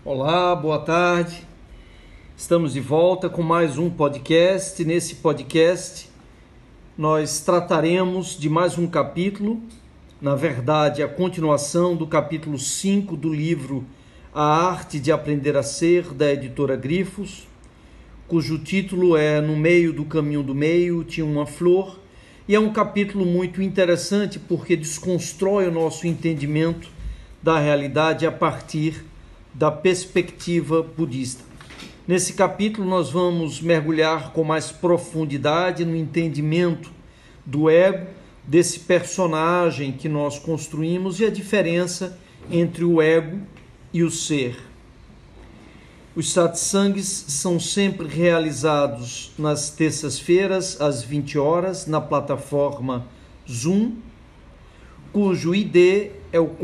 Olá, boa tarde. Estamos de volta com mais um podcast. Nesse podcast, nós trataremos de mais um capítulo, na verdade, a continuação do capítulo 5 do livro A Arte de Aprender a Ser, da editora Grifos, cujo título é No Meio do Caminho do Meio tinha uma flor, e é um capítulo muito interessante porque desconstrói o nosso entendimento da realidade a partir da perspectiva budista. Nesse capítulo nós vamos mergulhar com mais profundidade no entendimento do ego, desse personagem que nós construímos e a diferença entre o ego e o ser. Os satsangs são sempre realizados nas terças-feiras, às 20 horas, na plataforma Zoom, cujo ID é o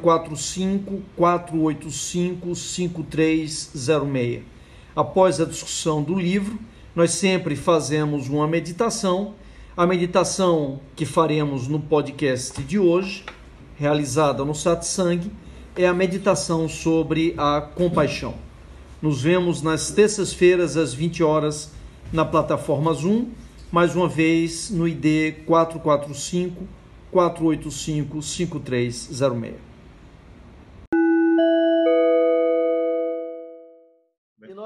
445-485-5306. Após a discussão do livro, nós sempre fazemos uma meditação. A meditação que faremos no podcast de hoje, realizada no satsang, é a meditação sobre a compaixão. Nos vemos nas terças-feiras, às 20 horas, na plataforma Zoom, mais uma vez no ID 445-485-5306. E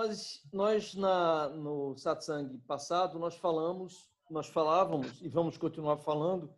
no satsang passado, nós falávamos e vamos continuar falando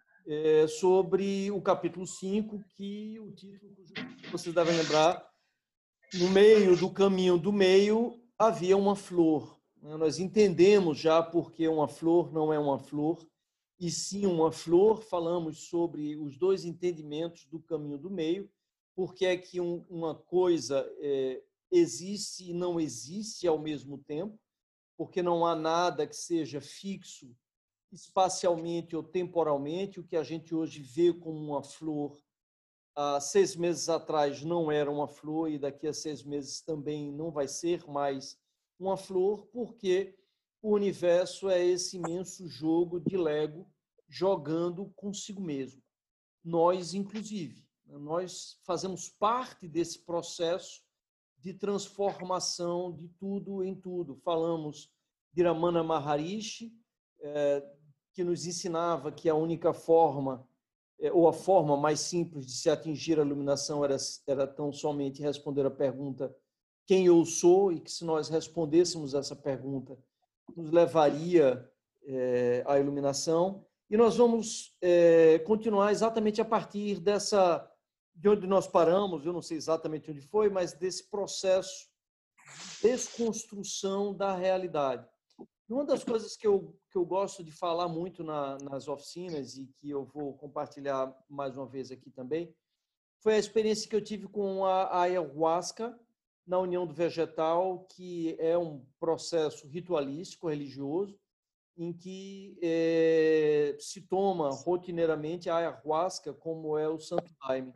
sobre o capítulo 5, que o título, vocês devem lembrar, no meio do caminho do meio havia uma flor. Nós entendemos já porque uma flor não é uma flor, e sim uma flor. Falamos sobre os dois entendimentos do caminho do meio, porque é que uma coisa existe e não existe ao mesmo tempo, porque não há nada que seja fixo espacialmente ou temporalmente. O que a gente hoje vê como uma flor, há 6 meses atrás não era uma flor e daqui a 6 meses também não vai ser mais uma flor, porque o universo é esse imenso jogo de Lego jogando consigo mesmo. Nós, inclusive, nós fazemos parte desse processo de transformação de tudo em tudo. Falamos de Ramana Maharishi, que nos ensinava que a única forma, ou a forma mais simples de se atingir a iluminação era tão somente responder a pergunta quem eu sou, e que se nós respondêssemos essa pergunta, nos levaria à iluminação. E nós vamos continuar exatamente a partir de onde nós paramos. Eu não sei exatamente onde foi, mas desse processo de desconstrução da realidade. Uma das coisas que eu gosto de falar muito nas oficinas, e que eu vou compartilhar mais uma vez aqui também, foi a experiência que eu tive com a ayahuasca na União do Vegetal, que é um processo ritualístico, religioso, em que se toma rotineiramente a ayahuasca, como é o santo daime.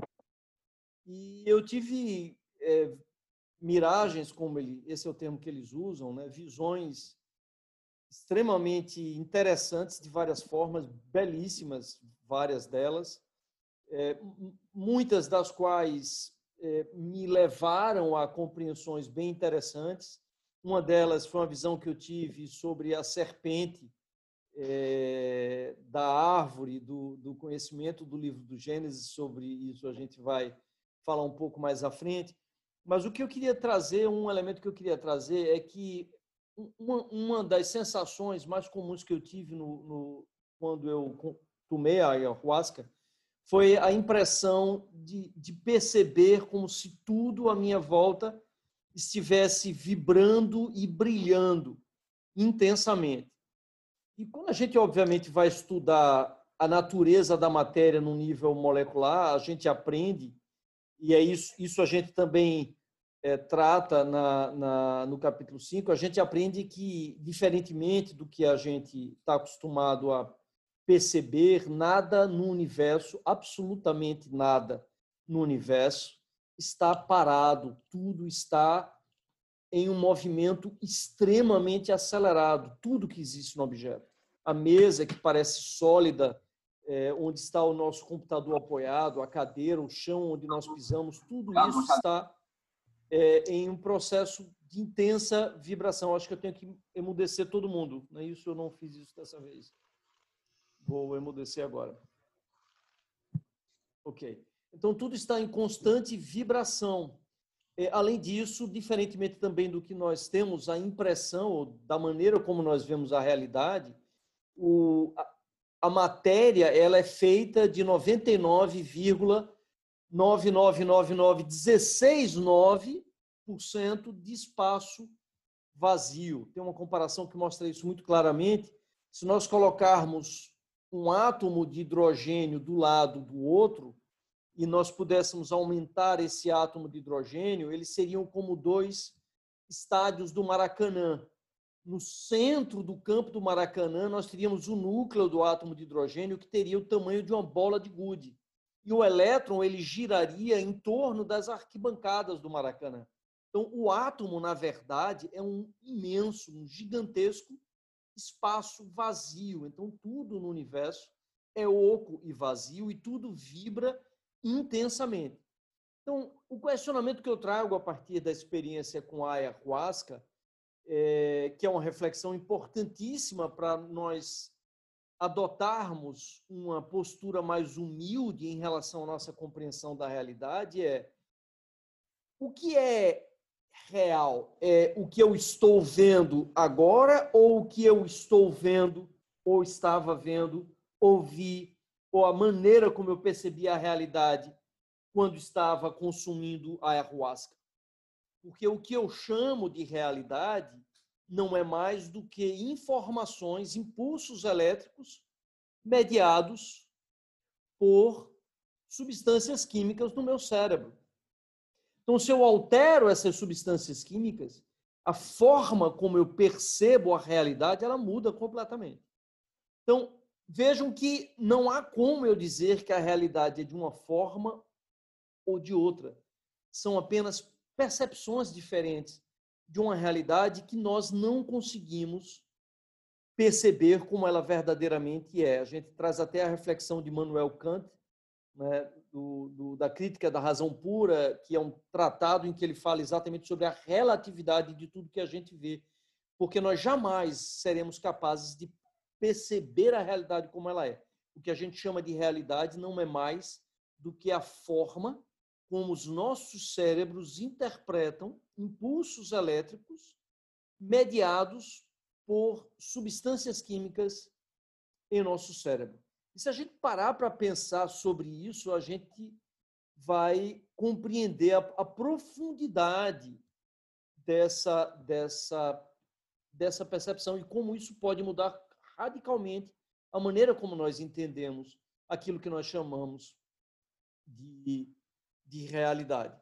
E eu tive miragens, esse é o termo que eles usam, né? Visões extremamente interessantes, de várias formas, belíssimas, várias delas, muitas das quais me levaram a compreensões bem interessantes. Uma delas foi uma visão que eu tive sobre a serpente da árvore do conhecimento do livro do Gênesis. Sobre isso a gente vai falar um pouco mais à frente. Mas o que eu queria trazer, um elemento que eu queria trazer é que uma das sensações mais comuns que eu tive quando eu tomei a ayahuasca foi a impressão de perceber como se tudo à minha volta estivesse vibrando e brilhando intensamente. E quando a gente, obviamente, vai estudar a natureza da matéria no nível molecular, a gente aprende, e é isso a gente também trata no capítulo 5, a gente aprende que, diferentemente do que a gente está acostumado a perceber, nada no universo, absolutamente nada no universo, está parado. Tudo está em um movimento extremamente acelerado, tudo que existe no objeto. A mesa, que parece sólida, onde está o nosso computador apoiado, a cadeira, o chão onde nós pisamos, tudo isso está em um processo de intensa vibração. Acho que eu tenho que emudecer todo mundo. Não é isso? Eu não fiz isso dessa vez. Vou emudecer agora. Ok. Então, tudo está em constante vibração. Além disso, diferentemente também do que nós temos a impressão, ou da maneira como nós vemos a realidade, a matéria ela é feita de 99,9999169% de espaço vazio. Tem uma comparação que mostra isso muito claramente. Se nós colocarmos um átomo de hidrogênio do lado do outro, e nós pudéssemos aumentar esse átomo de hidrogênio, eles seriam como 2 estádios do Maracanã. No centro do campo do Maracanã, nós teríamos o núcleo do átomo de hidrogênio, que teria o tamanho de uma bola de gude. E o elétron ele giraria em torno das arquibancadas do Maracanã. Então, o átomo, na verdade, é um imenso, um gigantesco espaço vazio. Então, tudo no universo é oco e vazio e tudo vibra intensamente. Então, o questionamento que eu trago a partir da experiência com a ayahuasca, que é uma reflexão importantíssima para nós adotarmos uma postura mais humilde em relação à nossa compreensão da realidade, o que é real? É o que eu estou vendo agora ou o que eu estou vendo, ou estava vendo, ou vi, ou a maneira como eu percebi a realidade quando estava consumindo a ayahuasca? Porque o que eu chamo de realidade não é mais do que informações, impulsos elétricos mediados por substâncias químicas no meu cérebro. Então, se eu altero essas substâncias químicas, a forma como eu percebo a realidade, ela muda completamente. Então, vejam que não há como eu dizer que a realidade é de uma forma ou de outra. São apenas percepções diferentes de uma realidade que nós não conseguimos perceber como ela verdadeiramente é. A gente traz até a reflexão de Immanuel Kant, né, da crítica da razão pura, que é um tratado em que ele fala exatamente sobre a relatividade de tudo que a gente vê, porque nós jamais seremos capazes de perceber a realidade como ela é. O que a gente chama de realidade não é mais do que a forma como os nossos cérebros interpretam impulsos elétricos mediados por substâncias químicas em nosso cérebro. E se a gente parar para pensar sobre isso, a gente vai compreender a profundidade dessa percepção e como isso pode mudar radicalmente a maneira como nós entendemos aquilo que nós chamamos de realidade.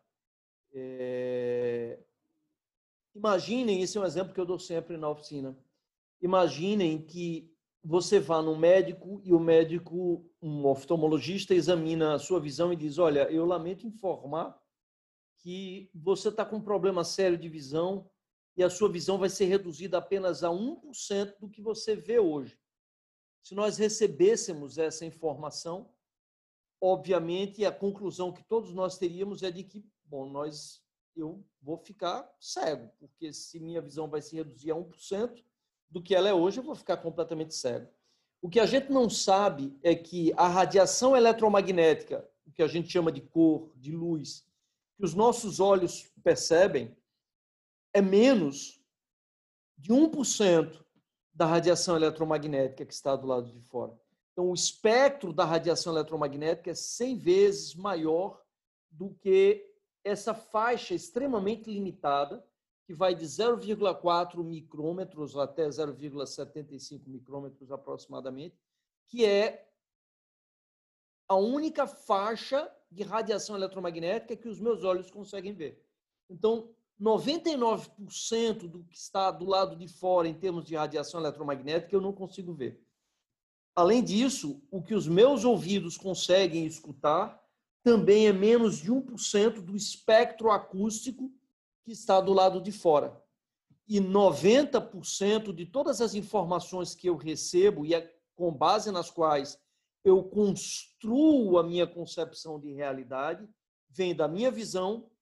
Imaginem, esse é um exemplo que eu dou sempre na oficina, imaginem que você vá no médico e o médico, um oftalmologista, examina a sua visão e diz: olha, eu lamento informar que você está com um problema sério de visão e a sua visão vai ser reduzida apenas a 1% do que você vê hoje. Se nós recebêssemos essa informação, obviamente, a conclusão que todos nós teríamos é de que, bom, eu vou ficar cego, porque se minha visão vai se reduzir a 1% do que ela é hoje, eu vou ficar completamente cego. O que a gente não sabe é que a radiação eletromagnética, o que a gente chama de cor, de luz, que os nossos olhos percebem, é menos de 1% da radiação eletromagnética que está do lado de fora. Então, o espectro da radiação eletromagnética é 100 vezes maior do que essa faixa extremamente limitada, que vai de 0,4 micrômetros até 0,75 micrômetros aproximadamente, que é a única faixa de radiação eletromagnética que os meus olhos conseguem ver. Então, 99% do que está do lado de fora em termos de radiação eletromagnética eu não consigo ver. Além disso, o que os meus ouvidos conseguem escutar também é menos de 1% do espectro acústico que está do lado de fora. E 90% de todas as informações que eu recebo e com base nas quais eu construo a minha concepção de realidade vem da minha visão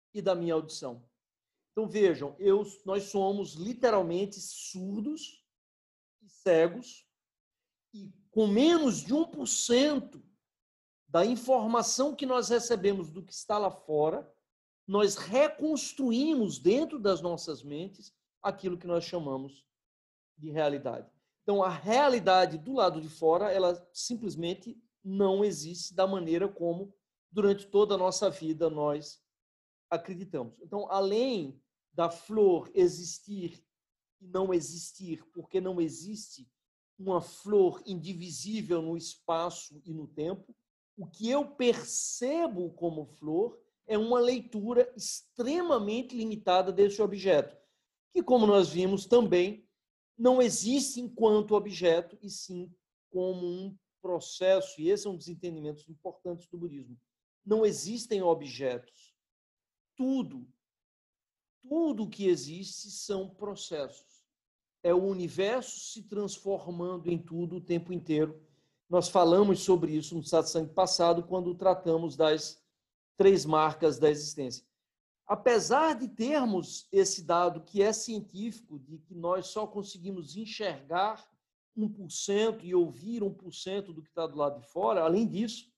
e da minha audição. Então, vejam, nós somos literalmente surdos e cegos, e com menos de 1% da informação que nós recebemos do que está lá fora, nós reconstruímos dentro das nossas mentes aquilo que nós chamamos de realidade. Então, a realidade do lado de fora, ela simplesmente não existe da maneira como, durante toda a nossa vida, nós acreditamos. Então, além da flor existir e não existir, porque não existe uma flor indivisível no espaço e no tempo, o que eu percebo como flor é uma leitura extremamente limitada desse objeto, que, como nós vimos também, não existe enquanto objeto, e sim como um processo, e esse é um dos entendimentos importantes do budismo. Não existem objetos. Tudo que existe são processos. É o universo se transformando em tudo o tempo inteiro. Nós falamos sobre isso no satsang passado, quando tratamos das 3 marcas da existência. Apesar de termos esse dado que é científico, de que nós só conseguimos enxergar 1% e ouvir 1% do que está do lado de fora, além disso,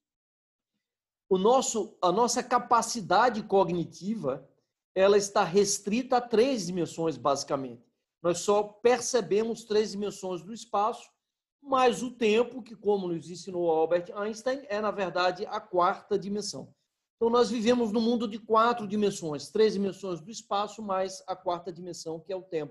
a nossa capacidade cognitiva, ela está restrita a 3 dimensões, basicamente. Nós só percebemos 3 dimensões do espaço, mais o tempo, que, como nos ensinou Albert Einstein, é, na verdade, a 4ª dimensão. Então, nós vivemos num mundo de 4 dimensões, 3 dimensões do espaço, mais a 4ª dimensão, que é o tempo.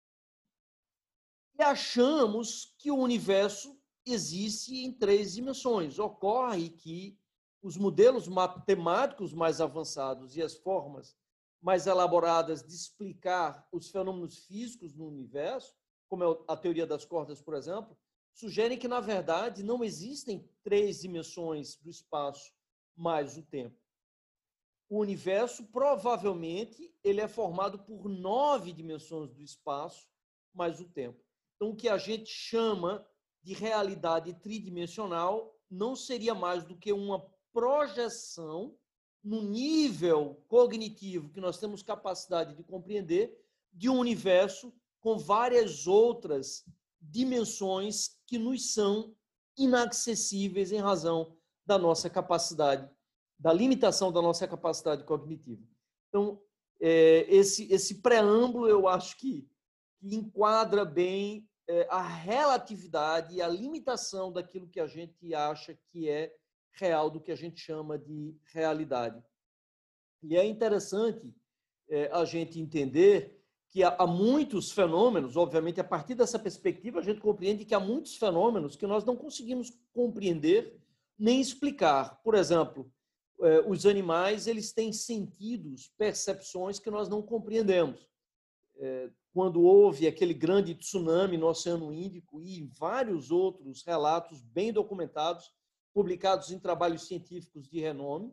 E achamos que o universo existe em 3 dimensões. Ocorre que os modelos matemáticos mais avançados e as formas mais elaboradas de explicar os fenômenos físicos no universo, como é a teoria das cordas, por exemplo, sugerem que, na verdade, não existem 3 dimensões do espaço mais o tempo. O universo, provavelmente, ele é formado por 9 dimensões do espaço mais o tempo. Então, o que a gente chama de realidade tridimensional não seria mais do que uma projeção no nível cognitivo que nós temos capacidade de compreender de um universo com várias outras dimensões que nos são inacessíveis em razão da nossa capacidade, da limitação da nossa capacidade cognitiva. Então, esse preâmbulo, eu acho que enquadra bem a relatividade e a limitação daquilo que a gente acha que é real, do que a gente chama de realidade. E é interessante a gente entender que há muitos fenômenos, obviamente, a partir dessa perspectiva, a gente compreende que há muitos fenômenos que nós não conseguimos compreender nem explicar. Por exemplo, os animais, eles têm sentidos, percepções que nós não compreendemos. Quando houve aquele grande tsunami no Oceano Índico e vários outros relatos bem documentados, publicados em trabalhos científicos de renome,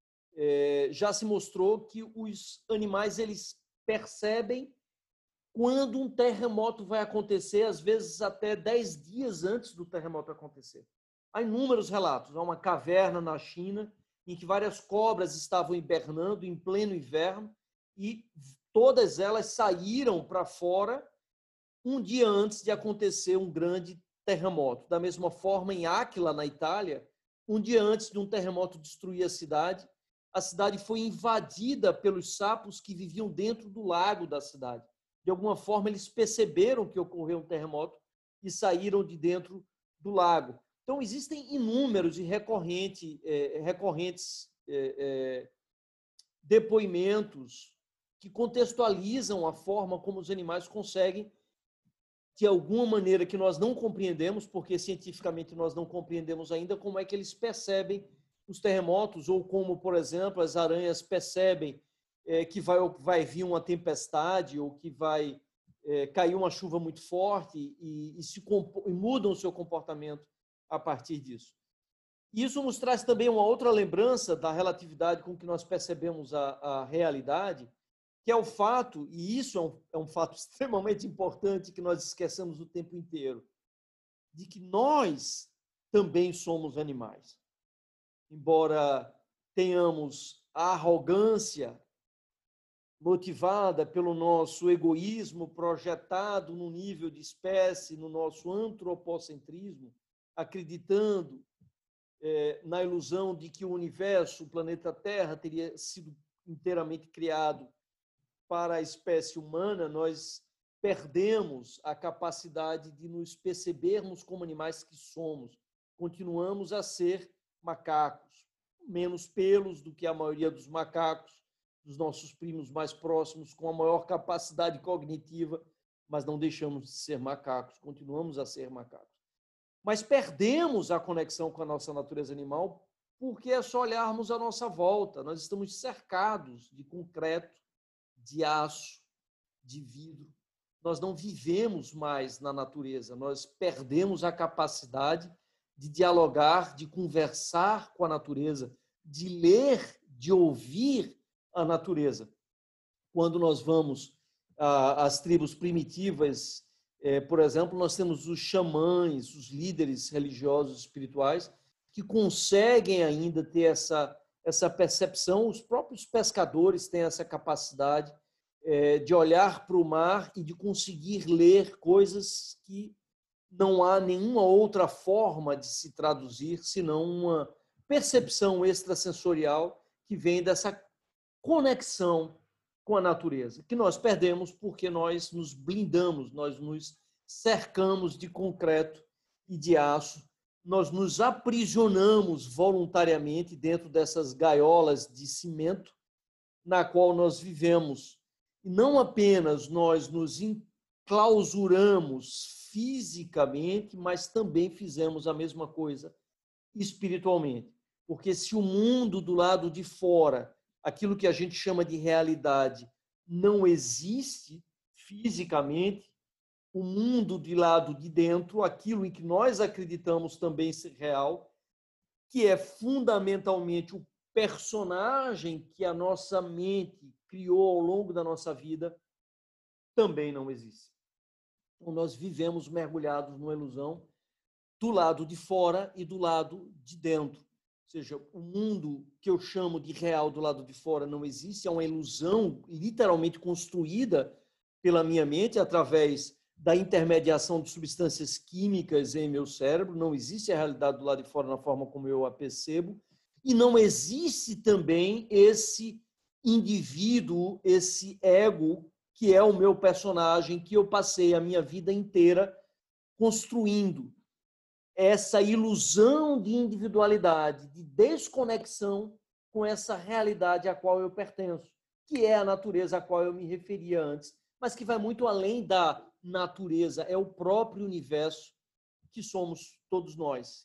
já se mostrou que os animais, eles percebem quando um terremoto vai acontecer, às vezes até 10 dias antes do terremoto acontecer. Há inúmeros relatos. Há uma caverna na China em que várias cobras estavam hibernando em pleno inverno e todas elas saíram para fora um dia antes de acontecer um grande terremoto. Da mesma forma, em Áquila, na Itália, um dia antes de um terremoto destruir a cidade foi invadida pelos sapos que viviam dentro do lago da cidade. De alguma forma, eles perceberam que ocorreu um terremoto e saíram de dentro do lago. Então, existem inúmeros e recorrentes depoimentos que contextualizam a forma como os animais conseguem, de alguma maneira que nós não compreendemos, porque cientificamente nós não compreendemos ainda, como é que eles percebem os terremotos, ou como, por exemplo, as aranhas percebem que vai vir uma tempestade ou que vai cair uma chuva muito forte e mudam o seu comportamento a partir disso. Isso nos traz também uma outra lembrança da relatividade com que nós percebemos a realidade, que é o fato, e isso é um fato extremamente importante que nós esquecemos o tempo inteiro, de que nós também somos animais. Embora tenhamos a arrogância motivada pelo nosso egoísmo projetado no nível de espécie, no nosso antropocentrismo, acreditando na ilusão de que o universo, o planeta Terra, teria sido inteiramente criado para a espécie humana, nós perdemos a capacidade de nos percebermos como animais que somos. Continuamos a ser macacos, menos pelos do que a maioria dos macacos, dos nossos primos mais próximos, com a maior capacidade cognitiva, mas não deixamos de ser macacos, continuamos a ser macacos. Mas perdemos a conexão com a nossa natureza animal porque é só olharmos à nossa volta. Nós estamos cercados de concreto, de aço, de vidro. Nós não vivemos mais na natureza, nós perdemos a capacidade de dialogar, de conversar com a natureza, de ler, de ouvir a natureza. Quando nós vamos às tribos primitivas, por exemplo, nós temos os xamãs, os líderes religiosos espirituais, que conseguem ainda ter essa percepção. Os próprios pescadores têm essa capacidade de olhar para o mar e de conseguir ler coisas que não há nenhuma outra forma de se traduzir, senão uma percepção extrasensorial que vem dessa conexão com a natureza, que nós perdemos porque nós nos blindamos, nós nos cercamos de concreto e de aço, nós nos aprisionamos voluntariamente dentro dessas gaiolas de cimento na qual nós vivemos. E não apenas nós nos enclausuramos fisicamente, mas também fizemos a mesma coisa espiritualmente. Porque se o mundo do lado de fora, aquilo que a gente chama de realidade, não existe fisicamente, o mundo de lado de dentro, aquilo em que nós acreditamos também ser real, que é fundamentalmente o personagem que a nossa mente criou ao longo da nossa vida, também não existe. Então, nós vivemos mergulhados numa ilusão do lado de fora e do lado de dentro. Ou seja, o mundo que eu chamo de real do lado de fora não existe, é uma ilusão literalmente construída pela minha mente através da intermediação de substâncias químicas em meu cérebro. Não existe a realidade do lado de fora na forma como eu a percebo. E não existe também esse indivíduo, esse ego, que é o meu personagem, que eu passei a minha vida inteira construindo. Essa ilusão de individualidade, de desconexão com essa realidade a qual eu pertenço, que é a natureza a qual eu me referia antes, mas que vai muito além da natureza, é o próprio universo que somos todos nós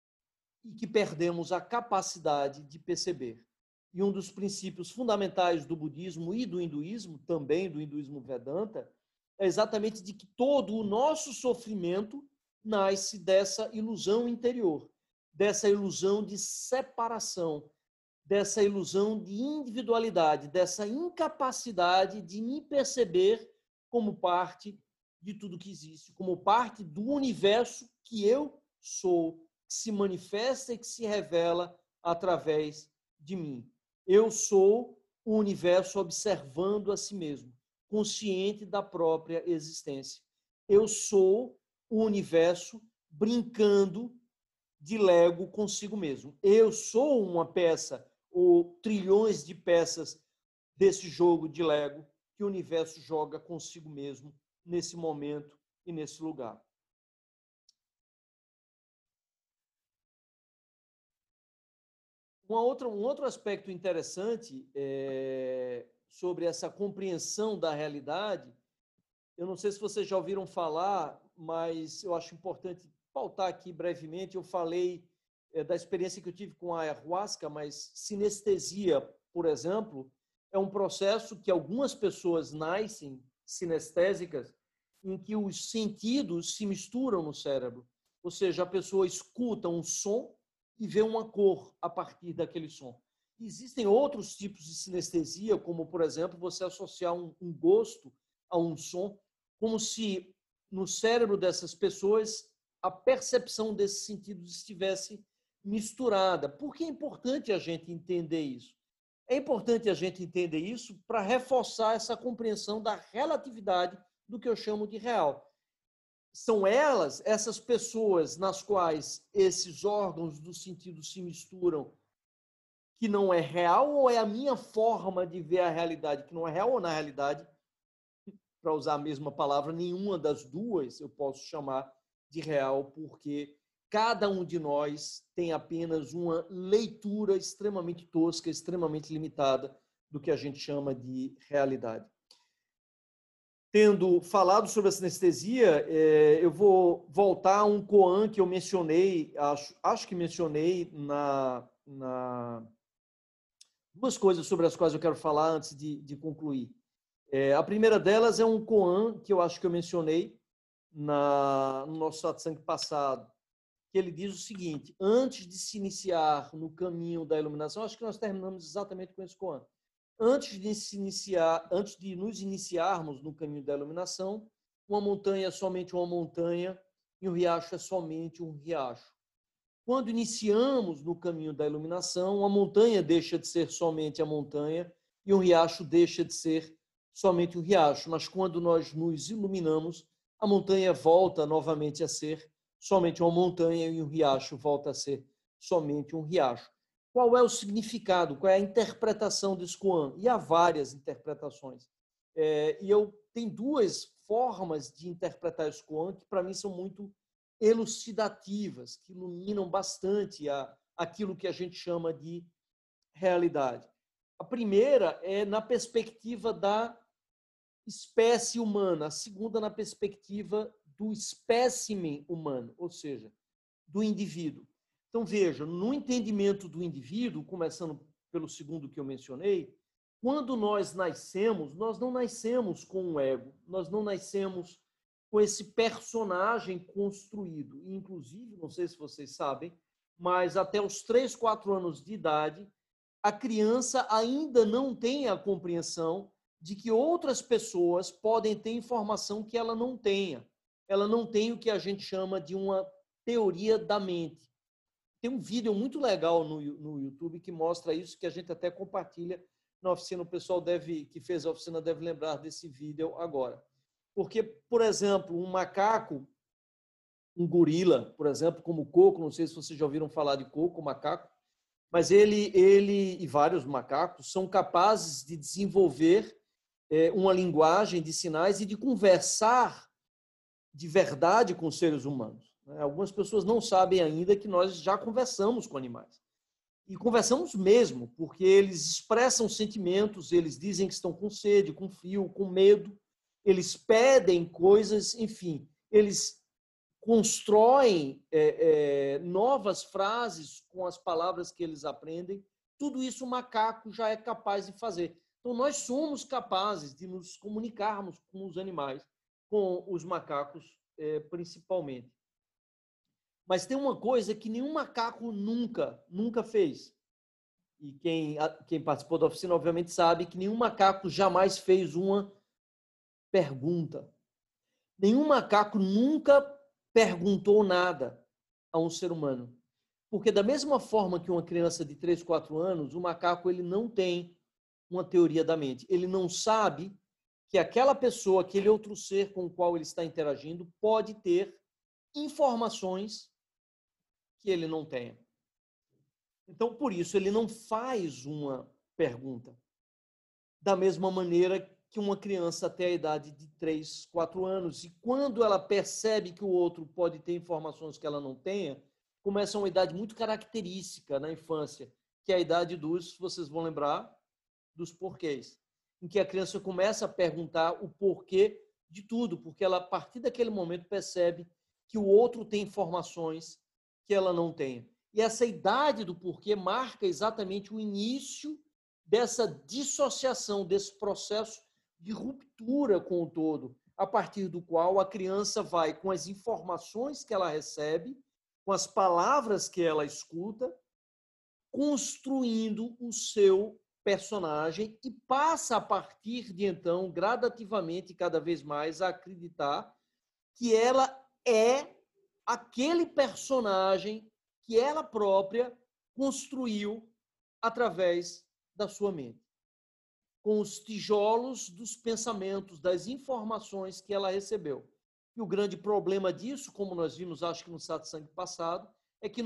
e que perdemos a capacidade de perceber. E um dos princípios fundamentais do budismo e do hinduísmo, também do hinduísmo Vedanta, é exatamente de que todo o nosso sofrimento nasce dessa ilusão interior, dessa ilusão de separação, dessa ilusão de individualidade, dessa incapacidade de me perceber como parte de tudo que existe, como parte do universo que eu sou, que se manifesta e que se revela através de mim. Eu sou o universo observando a si mesmo, consciente da própria existência. Eu sou o universo brincando de Lego consigo mesmo. Eu sou uma peça, ou trilhões de peças desse jogo de Lego que o universo joga consigo mesmo nesse momento e nesse lugar. Um outro aspecto interessante sobre essa compreensão da realidade, eu não sei se vocês já ouviram falar, mas eu acho importante pautar aqui brevemente. Eu falei da experiência que eu tive com a ayahuasca, mas sinestesia, por exemplo, é um processo que algumas pessoas nascem sinestésicas, em que os sentidos se misturam no cérebro. Ou seja, a pessoa escuta um som e vê uma cor a partir daquele som. Existem outros tipos de sinestesia, como, por exemplo, você associar um gosto a um som, como se no cérebro dessas pessoas a percepção desses sentidos estivesse misturada. Por que é importante a gente entender isso? É importante a gente entender isso para reforçar essa compreensão da relatividade do que eu chamo de real. São elas, essas pessoas nas quais esses órgãos do sentido se misturam, que não é real, ou é a minha forma de ver a realidade que não é real, ou na realidade, para usar a mesma palavra, nenhuma das duas eu posso chamar de real, porque cada um de nós tem apenas uma leitura extremamente tosca, extremamente limitada do que a gente chama de realidade. Tendo falado sobre a sinestesia, eu vou voltar a um koan que eu mencionei, acho que mencionei duas coisas sobre as quais eu quero falar antes de concluir. A primeira delas é um koan que eu acho que eu mencionei no nosso satsang passado, que ele diz o seguinte: antes de se iniciar no caminho da iluminação, acho que nós terminamos exatamente com esse koan. Antes de nos iniciarmos no caminho da iluminação, uma montanha é somente uma montanha e um riacho é somente um riacho. Quando iniciamos no caminho da iluminação, uma montanha deixa de ser somente a montanha e um riacho deixa de ser somente um riacho. Mas quando nós nos iluminamos, a montanha volta novamente a ser somente uma montanha e o riacho volta a ser somente um riacho. Qual é o significado? Qual é a interpretação desse koan? E há várias interpretações. E eu tenho duas formas de interpretar esse koan que, para mim, são muito elucidativas, que iluminam bastante aquilo que a gente chama de realidade. A primeira é na perspectiva da espécie humana, a segunda na perspectiva do espécimen humano, ou seja, do indivíduo. Então, veja, no entendimento do indivíduo, começando pelo segundo que eu mencionei, quando nós nascemos, nós não nascemos com um ego, nós não nascemos com esse personagem construído. E, inclusive, não sei se vocês sabem, mas até os 3, 4 anos de idade, a criança ainda não tem a compreensão de que outras pessoas podem ter informação que ela não tenha. Ela não tem o que a gente chama de uma teoria da mente. Tem um vídeo muito legal no YouTube que mostra isso, que a gente até compartilha na oficina. O pessoal que fez a oficina deve lembrar desse vídeo agora. Porque, por exemplo, um macaco, um gorila, por exemplo, como o coco, não sei se vocês já ouviram falar de coco, macaco, mas ele e vários macacos são capazes de desenvolver uma linguagem de sinais e de conversar de verdade com os seres humanos. Algumas pessoas não sabem ainda que nós já conversamos com animais. E conversamos mesmo, porque eles expressam sentimentos, eles dizem que estão com sede, com frio, com medo, eles pedem coisas, enfim, eles constroem novas frases com as palavras que eles aprendem. Tudo isso o macaco já é capaz de fazer. Então, nós somos capazes de nos comunicarmos com os animais, com os macacos principalmente. Mas tem uma coisa que nenhum macaco nunca fez. E quem participou da oficina, obviamente, sabe que nenhum macaco jamais fez uma pergunta. Nenhum macaco nunca perguntou nada a um ser humano. Porque da mesma forma que uma criança de 3, 4 anos, o macaco ele não tem uma teoria da mente. Ele não sabe que aquela pessoa, aquele outro ser com o qual ele está interagindo, pode ter informações que ele não tenha. Então, por isso, ele não faz uma pergunta. Da mesma maneira que uma criança até a idade de 3, 4 anos. E quando ela percebe que o outro pode ter informações que ela não tenha, começa uma idade muito característica na infância, que é a idade dos, vocês vão lembrar, dos porquês. Em que a criança começa a perguntar o porquê de tudo, porque ela, a partir daquele momento, percebe que o outro tem informações que ela não tem. E essa idade do porquê marca exatamente o início dessa dissociação, desse processo de ruptura com o todo, a partir do qual a criança vai, com as informações que ela recebe, com as palavras que ela escuta, construindo o seu personagem e passa, a partir de então, gradativamente, cada vez mais, a acreditar que ela é aquele personagem que ela própria construiu através da sua mente, com os tijolos dos pensamentos, das informações que ela recebeu. E o grande problema disso, como nós vimos, acho que no satsang passado, é que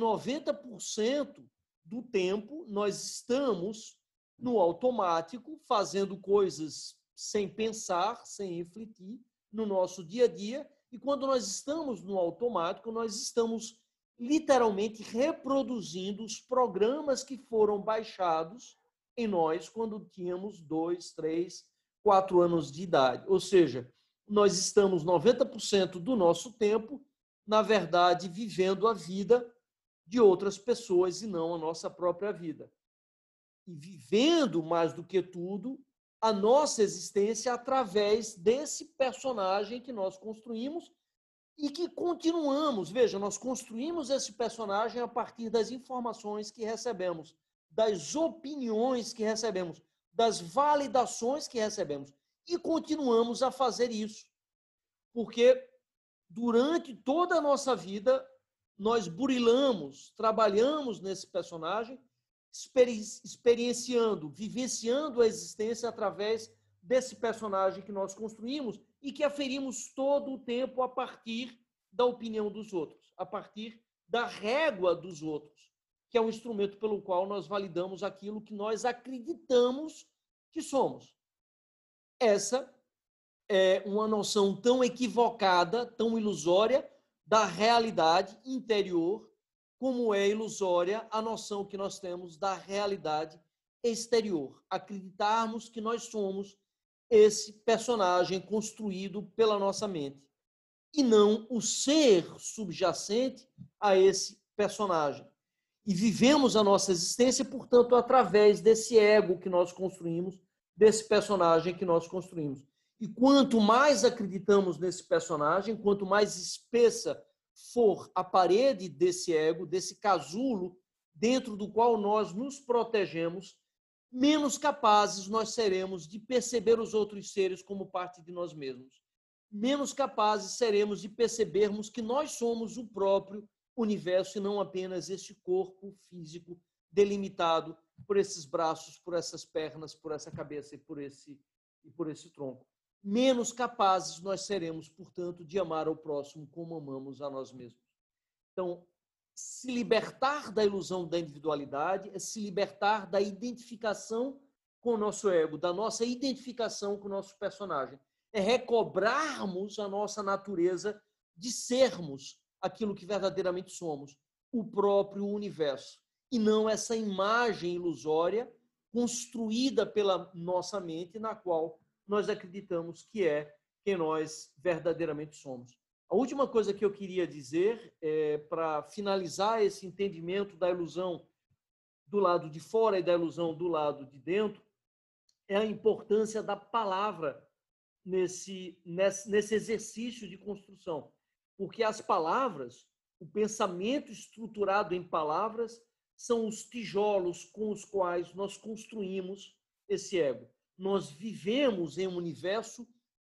90% do tempo nós estamos no automático, fazendo coisas sem pensar, sem refletir, no nosso dia a dia. E quando nós estamos no automático, nós estamos literalmente reproduzindo os programas que foram baixados em nós quando tínhamos 2, 3, 4 anos de idade. Ou seja, nós estamos 90% do nosso tempo, na verdade, vivendo a vida de outras pessoas e não a nossa própria vida. E vivendo, mais do que tudo, a nossa existência através desse personagem que nós construímos e que continuamos. Veja, nós construímos esse personagem a partir das informações que recebemos, das opiniões que recebemos, das validações que recebemos. E continuamos a fazer isso. Porque durante toda a nossa vida, nós burilamos, trabalhamos nesse personagem, experienciando, vivenciando a existência através desse personagem que nós construímos e que aferimos todo o tempo a partir da opinião dos outros, a partir da régua dos outros, que é um instrumento pelo qual nós validamos aquilo que nós acreditamos que somos. Essa é uma noção tão equivocada, tão ilusória da realidade interior, como é ilusória a noção que nós temos da realidade exterior. Acreditarmos que nós somos esse personagem construído pela nossa mente e não o ser subjacente a esse personagem. E vivemos a nossa existência, portanto, através desse ego que nós construímos, desse personagem que nós construímos. E quanto mais acreditamos nesse personagem, quanto mais espessa for a parede desse ego, desse casulo, dentro do qual nós nos protegemos, menos capazes nós seremos de perceber os outros seres como parte de nós mesmos. Menos capazes seremos de percebermos que nós somos o próprio universo e não apenas este corpo físico delimitado por esses braços, por essas pernas, por essa cabeça e por esse tronco. Menos capazes nós seremos, portanto, de amar ao próximo como amamos a nós mesmos. Então, se libertar da ilusão da individualidade é se libertar da identificação com o nosso ego, da nossa identificação com o nosso personagem. É recobrarmos a nossa natureza de sermos aquilo que verdadeiramente somos, o próprio universo, e não essa imagem ilusória construída pela nossa mente, na qual nós acreditamos que é quem nós verdadeiramente somos. A última coisa que eu queria dizer, para finalizar esse entendimento da ilusão do lado de fora e da ilusão do lado de dentro, é a importância da palavra nesse exercício de construção. Porque as palavras, o pensamento estruturado em palavras, são os tijolos com os quais nós construímos esse ego. Nós vivemos em um universo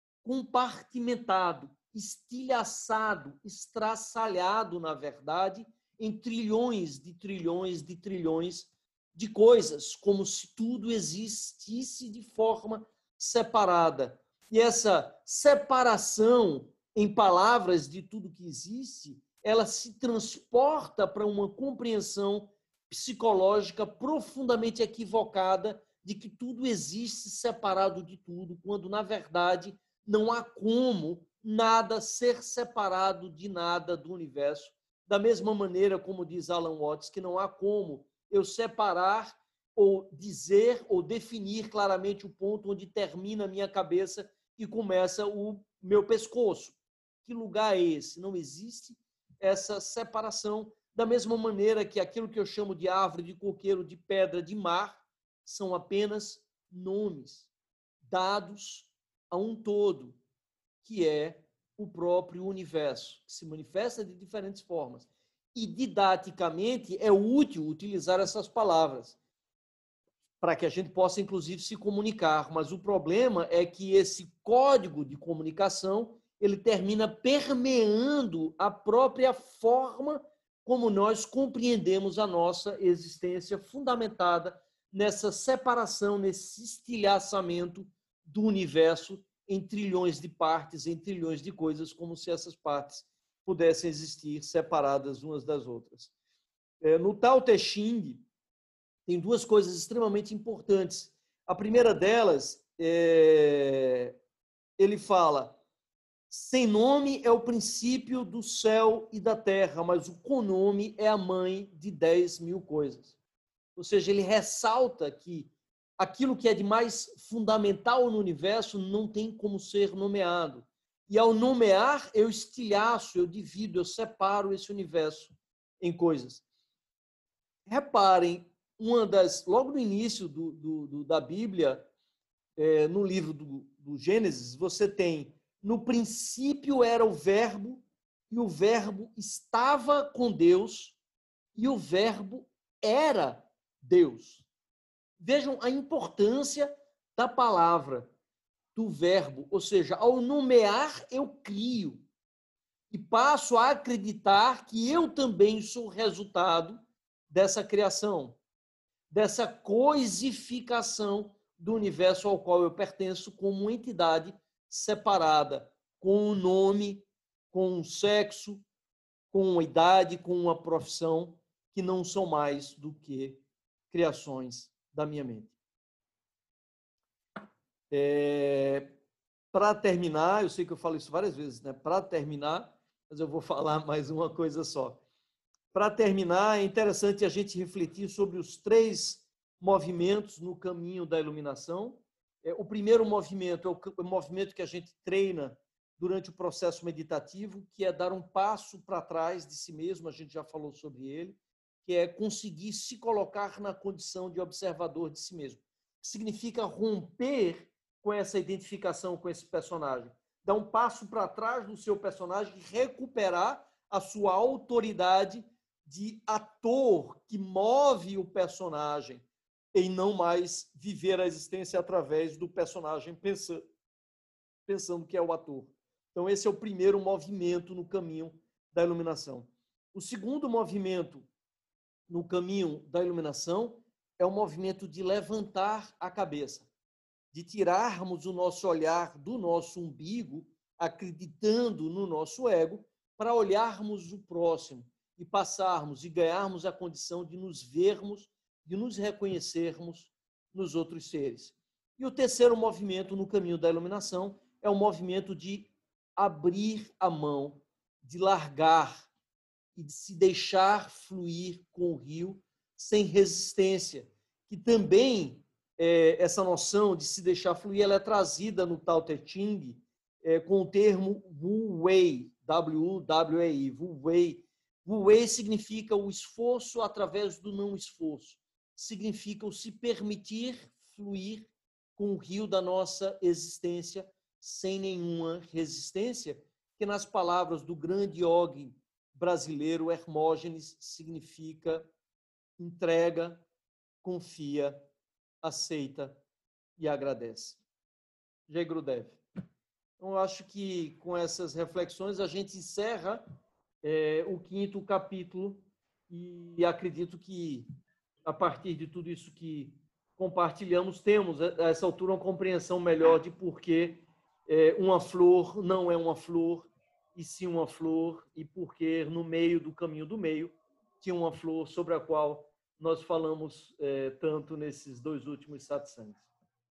compartimentado, estilhaçado, estraçalhado, na verdade, em trilhões de trilhões de trilhões de coisas, como se tudo existisse de forma separada. E essa separação em palavras de tudo que existe, ela se transporta para uma compreensão psicológica profundamente equivocada de que tudo existe separado de tudo, quando, na verdade, não há como nada ser separado de nada do universo. Da mesma maneira, como diz Alan Watts, que não há como eu separar ou dizer ou definir claramente o ponto onde termina a minha cabeça e começa o meu pescoço. Que lugar é esse? Não existe essa separação. Da mesma maneira que aquilo que eu chamo de árvore, de coqueiro, de pedra, de mar, são apenas nomes dados a um todo, que é o próprio universo, que se manifesta de diferentes formas. E, didaticamente, é útil utilizar essas palavras para que a gente possa, inclusive, se comunicar. Mas o problema é que esse código de comunicação ele termina permeando a própria forma como nós compreendemos a nossa existência fundamentada nessa separação, nesse estilhaçamento do universo em trilhões de partes, em trilhões de coisas, como se essas partes pudessem existir separadas umas das outras. No Tao Te Ching, tem duas coisas extremamente importantes. A primeira delas, ele fala: sem nome é o princípio do céu e da terra, mas o com nome é a mãe de 10.000 coisas. Ou seja, ele ressalta que aquilo que é de mais fundamental no universo não tem como ser nomeado. E ao nomear, eu estilhaço, eu divido, eu separo esse universo em coisas. Reparem, logo no início da Bíblia, no livro do Gênesis, você tem: no princípio era o verbo, e o verbo estava com Deus, e o verbo era Deus. Vejam a importância da palavra, do verbo, ou seja, ao nomear eu crio e passo a acreditar que eu também sou resultado dessa criação, dessa coisificação do universo ao qual eu pertenço como uma entidade separada, com um nome, com um sexo, com uma idade, com uma profissão, que não são mais do que criações da minha mente. Para terminar, eu sei que eu falo isso várias vezes, né? Para terminar, mas eu vou falar mais uma coisa só. Para terminar, é interessante a gente refletir sobre os 3 movimentos no caminho da iluminação. O primeiro movimento é o movimento que a gente treina durante o processo meditativo, que é dar um passo para trás de si mesmo, a gente já falou sobre ele, que é conseguir se colocar na condição de observador de si mesmo. Significa romper com essa identificação com esse personagem. Dar um passo para trás do seu personagem e recuperar a sua autoridade de ator que move o personagem e não mais viver a existência através do personagem pensando que é o ator. Então, esse é o primeiro movimento no caminho da iluminação. O segundo movimento no caminho da iluminação é o movimento de levantar a cabeça, de tirarmos o nosso olhar do nosso umbigo, acreditando no nosso ego, para olharmos o próximo e passarmos e ganharmos a condição de nos vermos, de nos reconhecermos nos outros seres. E o terceiro movimento no caminho da iluminação é o movimento de abrir a mão, de largar e de se deixar fluir com o rio sem resistência, que também essa noção de se deixar fluir, ela é trazida no Tao Te Ching com o termo Wu Wei, W-U-W-E-I, Wu Wei. Wu Wei significa o esforço através do não esforço, significa o se permitir fluir com o rio da nossa existência sem nenhuma resistência, que nas palavras do grande yogi brasileiro Hermógenes significa entrega, confia, aceita e agradece. Jai Gurudev. Então, eu acho que com essas reflexões a gente encerra o 5º capítulo e acredito que a partir de tudo isso que compartilhamos, temos a essa altura uma compreensão melhor de por que uma flor não é uma flor, e sim uma flor, e porque no meio do caminho do meio tinha uma flor sobre a qual nós falamos tanto nesses 2 últimos satsangs.